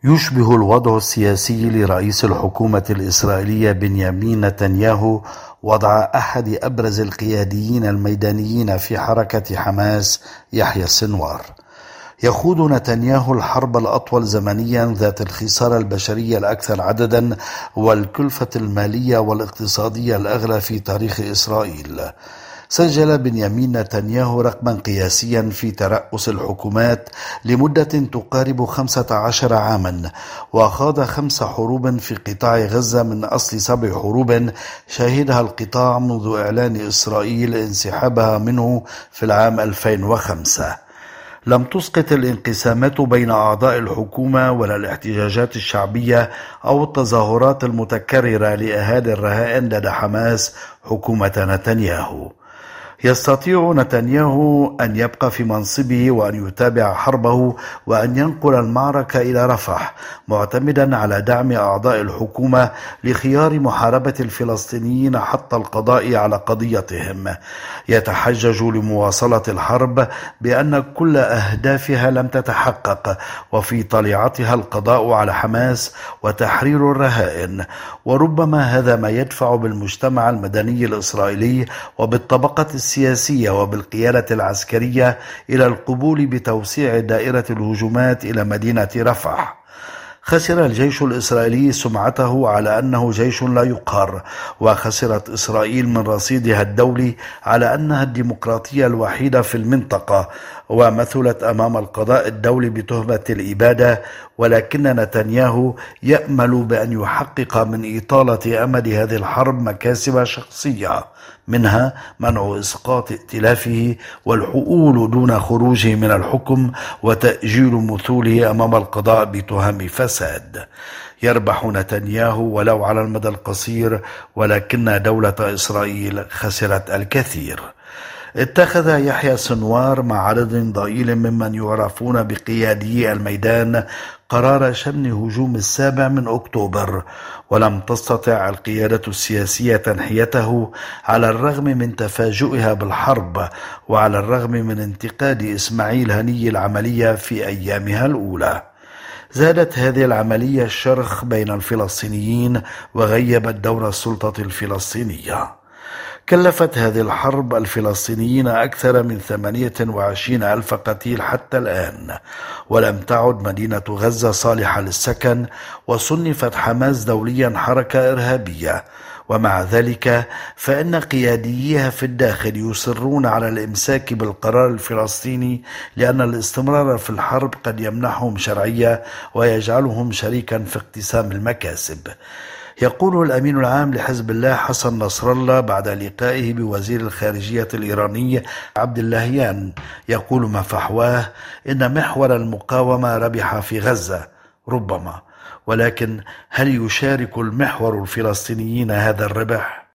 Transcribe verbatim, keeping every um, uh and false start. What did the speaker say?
يشبه الوضع السياسي لرئيس الحكومة الإسرائيلية بنيامين نتنياهو وضع أحد أبرز القياديين الميدانيين في حركة حماس يحيى السنوار. يخوض نتنياهو الحرب الأطول زمنيا ذات الخسارة البشرية الأكثر عددا والكلفة المالية والاقتصادية الأغلى في تاريخ إسرائيل. سجل بنيامين نتنياهو رقما قياسيا في ترأس الحكومات لمدة تقارب خمسة عشر عاما، وخاض خمس حروب في قطاع غزة من أصل سبع حروب شهدها القطاع منذ إعلان إسرائيل انسحابها منه في العام ألفين وخمسة. لم تسقط الانقسامات بين أعضاء الحكومة ولا الاحتجاجات الشعبية أو التظاهرات المتكررة لأهالي الرهائن لدى حماس حكومة نتنياهو. يستطيع نتنياهو أن يبقى في منصبه وأن يتابع حربه وأن ينقل المعركة إلى رفح، معتمدا على دعم أعضاء الحكومة لخيار محاربة الفلسطينيين حتى القضاء على قضيتهم. يتحجج لمواصلة الحرب بأن كل أهدافها لم تتحقق، وفي طليعتها القضاء على حماس وتحرير الرهائن، وربما هذا ما يدفع بالمجتمع المدني الإسرائيلي وبالطبقة السياسية وبالقيادة العسكرية إلى القبول بتوسيع دائرة الهجومات إلى مدينة رفح. خسر الجيش الإسرائيلي سمعته على أنه جيش لا يقهر، وخسرت إسرائيل من رصيدها الدولي على أنها الديمقراطية الوحيدة في المنطقة، ومثلت أمام القضاء الدولي بتهمة الإبادة. ولكن نتنياهو يأمل بأن يحقق من إطالة أمد هذه الحرب مكاسب شخصية، منها منع إسقاط ائتلافه والحؤول دون خروجه من الحكم وتأجيل مثوله أمام القضاء بتهم فساد. يربح نتنياهو ولو على المدى القصير، ولكن دولة إسرائيل خسرت الكثير. اتخذ يحيى سنوار مع عدد ضئيل ممن يعرفون بقيادي الميدان قرار شن هجوم السابع من أكتوبر، ولم تستطع القيادة السياسية تنحيته على الرغم من تفاجؤها بالحرب، وعلى الرغم من انتقاد إسماعيل هنية العملية في أيامها الأولى. زادت هذه العملية الشرخ بين الفلسطينيين وغيبت دور السلطة الفلسطينية. كلفت هذه الحرب الفلسطينيين أكثر من ثمانية وعشرين ألف قتيل حتى الآن، ولم تعد مدينة غزة صالحة للسكن، وصنفت حماس دوليا حركة إرهابية. ومع ذلك فإن قياديها في الداخل يصرون على الإمساك بالقرار الفلسطيني، لأن الاستمرار في الحرب قد يمنحهم شرعية ويجعلهم شريكا في اقتسام المكاسب. يقول الأمين العام لحزب الله حسن نصر الله بعد لقائه بوزير الخارجية الإيراني عبد اللهيان، يقول ما فحواه إن محور المقاومة ربح في غزة. ربما، ولكن هل يشارك المحور الفلسطينيين هذا الربح؟